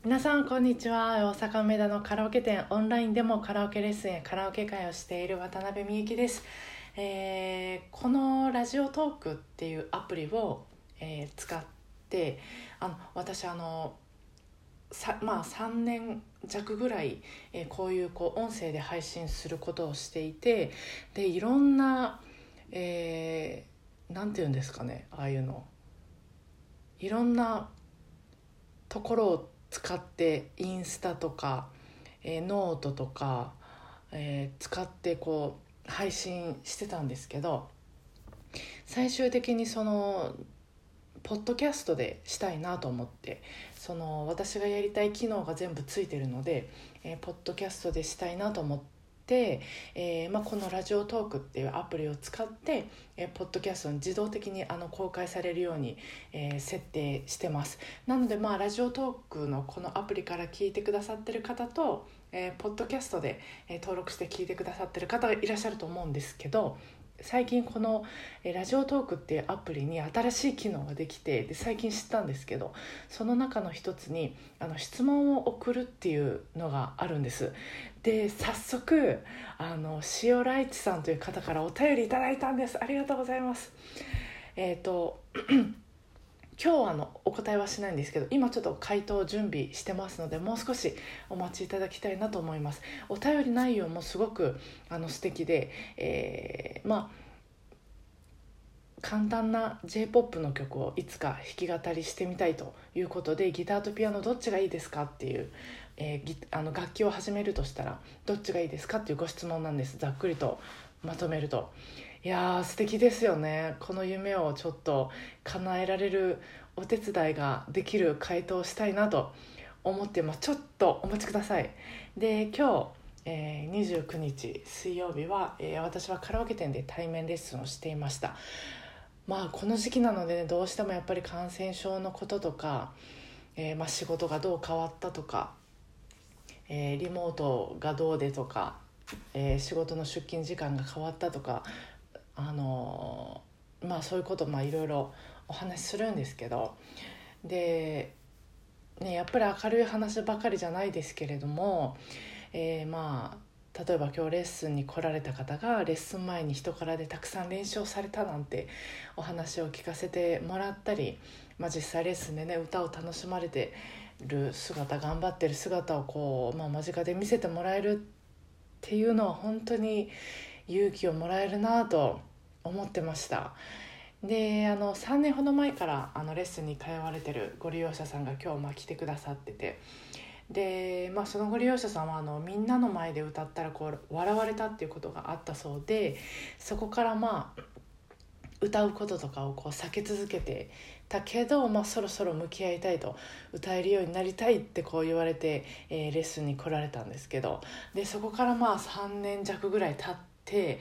皆さんこんにちは。大阪梅田のカラオケ店、オンラインでもカラオケレッスンやカラオケ会をしている渡辺美幸です。このラジオトークっていうアプリを、使って私3年弱ぐらい、こういう音声で配信することをしていて、でいろんな、なんていうんですかね、ああいうのいろんなところを使ってインスタとか、ノートとか、使って配信してたんですけど、最終的にポッドキャストでしたいなと思って、私がやりたい機能が全部ついてるので、ポッドキャストでしたいなと思って、このラジオトークっていうアプリを使って、ポッドキャストに自動的に公開されるように、設定してます。なのでラジオトークのこのアプリから聞いてくださってる方と、ポッドキャストで、登録して聞いてくださってる方がいらっしゃると思うんですけど、最近このラジオトークっていうアプリに新しい機能ができて、で最近知ったんですけど、その中の一つに質問を送るっていうのがあるんです。で早速塩ライチさんという方からお便りいただいたんです。ありがとうございます。今日お答えはしないんですけど、今ちょっと回答準備してますので、もう少しお待ちいただきたいなと思います。お便り内容もすごく素敵で、簡単な J-POP の曲をいつか弾き語りしてみたいということで、ギターとピアノどっちがいいですかっていう、楽器を始めるとしたらどっちがいいですかっていうご質問なんです。ざっくりとまとめると、いやー素敵ですよね。この夢をちょっと叶えられるお手伝いができる回答をしたいなと思ってます。ちょっとお待ちください。で今日、29日水曜日は、私はカラオケ店で対面レッスンをしていました。この時期なので、ね、どうしてもやっぱり感染症のこととか、仕事がどう変わったとか、リモートがどうでとか、仕事の出勤時間が変わったとか、そういうこといろいろお話しするんですけど、で、やっぱり明るい話ばかりじゃないですけれども、例えば今日レッスンに来られた方がレッスン前に人からでたくさん練習をされたなんてお話を聞かせてもらったり、実際レッスンでね歌を楽しまれてる姿、頑張ってる姿を間近で見せてもらえるっていうのは本当に勇気をもらえるなと思ってました。で3年ほど前からレッスンに通われてるご利用者さんが今日来てくださってて、で、そのご利用者さんはみんなの前で歌ったら笑われたっていうことがあったそうで、そこから歌うこととかを避け続けてたけど、そろそろ向き合いたいと、歌えるようになりたいって言われて、レッスンに来られたんですけど、でそこから3年弱ぐらい経って、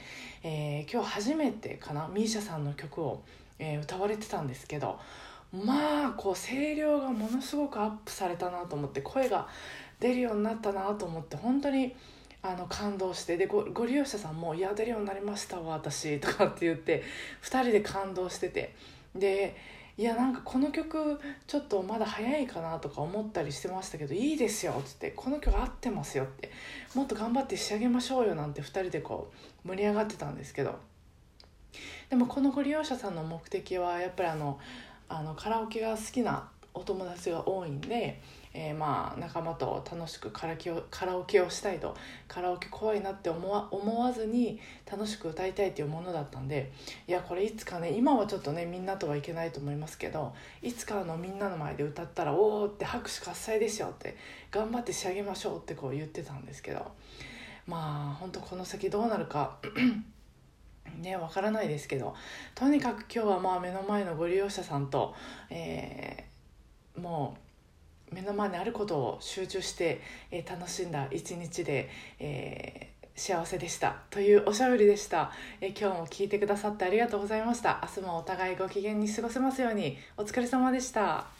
今日初めてかな、ミーシャさんの曲を、歌われてたんですけど、声量がものすごくアップされたなと思って、声が出るようになったなと思って、本当に感動して、でご利用者さんも「いや出るようになりましたわ私」とかって言って2人で感動してて、でいやこの曲ちょっとまだ早いかなとか思ったりしてましたけど、いいですよっつって、この曲合ってますよって、もっと頑張って仕上げましょうよなんて2人で盛り上がってたんですけど、でもこのご利用者さんの目的はやっぱりカラオケが好きなお友達が多いんで、仲間と楽しくカラオケをしたいと、カラオケ怖いなって思わずに楽しく歌いたいっていうものだったんで、いやこれいつかね、今はちょっとねみんなとはいけないと思いますけど、いつかみんなの前で歌ったらおーって拍手喝采ですよって、頑張って仕上げましょうって言ってたんですけど、本当この先どうなるかわからないですけど、とにかく今日は目の前のご利用者さんと、もう目の前にあることを集中して、楽しんだ一日で、幸せでしたというおしゃべりでした。今日も聞いてくださってありがとうございました。明日もお互いご機嫌に過ごせますように。お疲れ様でした。